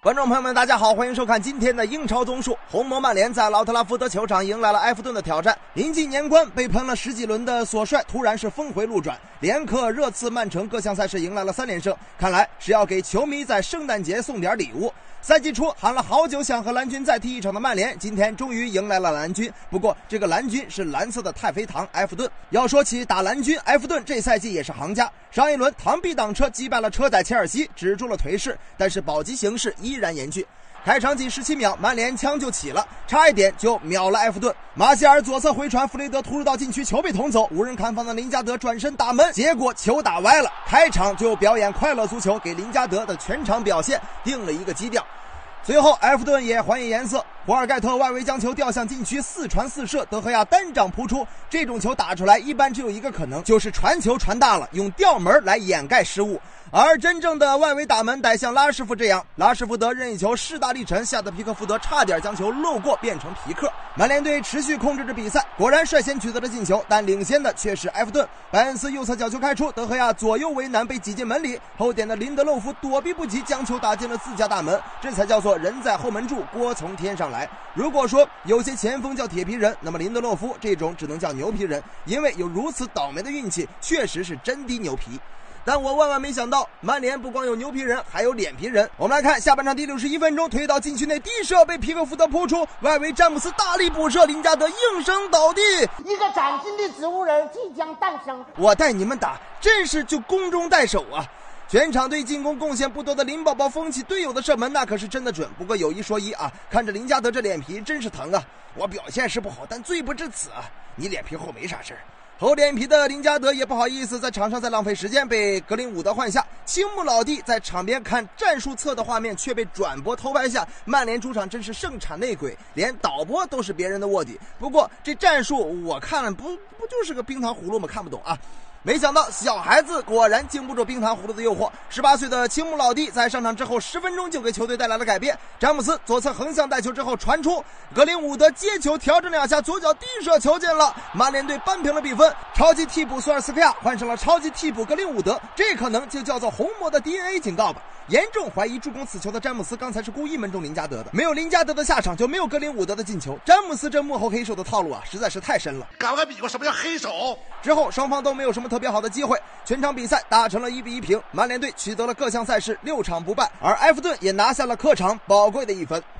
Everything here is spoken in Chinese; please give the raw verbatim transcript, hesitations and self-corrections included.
观众朋友们，大家好，欢迎收看今天的英超综述。红魔曼联在老特拉福德球场迎来了埃弗顿的挑战。临近年关，被喷了十几轮的索帅突然是峰回路转，连克热刺、曼城各项赛事迎来了三连胜，看来是要给球迷在圣诞节送点礼物。赛季初喊了好久想和蓝军再踢一场的曼联，今天终于迎来了蓝军。不过这个蓝军是蓝色的太妃糖埃弗顿。要说起打蓝军，埃弗顿这赛季也是行家。上一轮螳臂挡车击败了车仔切尔西，止住了颓势，但是保级形势依然严峻。开场仅十七秒，曼联枪就起了，差一点就秒了埃弗顿。马歇尔左侧回传，弗雷德突入到禁区，球被捅走，无人看防的林加德转身打门，结果球打歪了。开场就表演快乐足球，给林加德的全场表现定了一个基调。随后埃弗顿也还原颜色，博尔盖特外围将球吊向禁区，四传四射，德赫亚单掌扑出。这种球打出来一般只有一个可能，就是传球传大了，用吊门来掩盖失误。而真正的外围打门得像拉什福这样，拉什福德任意球势大力沉，吓得皮克福德差点将球漏过变成皮克。曼联队持续控制着比赛，果然率先取得了进球，但领先的却是埃弗顿。拜恩斯右侧角球开出，德赫亚左右为难，被挤进门里，后点的林德洛夫躲避不及，将球打进了自家大门，这才叫做人在后门住，锅从天上来。如果说有些前锋叫铁皮人，那么林德洛夫这种只能叫牛皮人，因为有如此倒霉的运气，确实是真的牛皮。但我万万没想到，曼联不光有牛皮人，还有脸皮人。我们来看下半场第六十一分钟，推到禁区内低射，被皮克福德扑出，外围詹姆斯大力补射，林加德应声倒地。 一个崭新的植物人即将诞生。 我带你们打，真是就攻中带守啊！全场对进攻贡献不多的林宝宝封起队友的射门，那可是真的准。不过有一说一啊，看着林加德这脸皮真是疼啊！我表现是不好，但罪不至此啊！你脸皮厚没啥事儿。厚脸皮的林加德也不好意思在场上再浪费时间，被格林伍德换下。青木老弟在场边看战术册的画面，却被转播偷拍下。曼联主场真是盛产内鬼，连导播都是别人的卧底。不过这战术我看了不不就是个冰糖葫芦吗？看不懂啊！没想到小孩子果然经不住冰糖葫芦的诱惑。十八岁的青木老弟在上场之后十分钟就给球队带来了改变。詹姆斯左侧横向带球之后传出，格林伍德接球调整两下，左脚低射球进了。曼联队扳平了比分。超级替补索尔斯克亚换上了超级替补格林伍德，这可能就叫做红魔的 D N A 警告吧。严重怀疑助攻此球的詹姆斯刚才是故意门中林加德的，没有林加德的下场就没有格林伍德的进球。詹姆斯这幕后黑手的套路啊，实在是太深了。 赶快比划什么叫黑手。 之后双方都没有什么特别好的机会，全场比赛打成了一比一平。曼联队取得了各项赛事六场不败，而埃弗顿也拿下了客场宝贵的一分。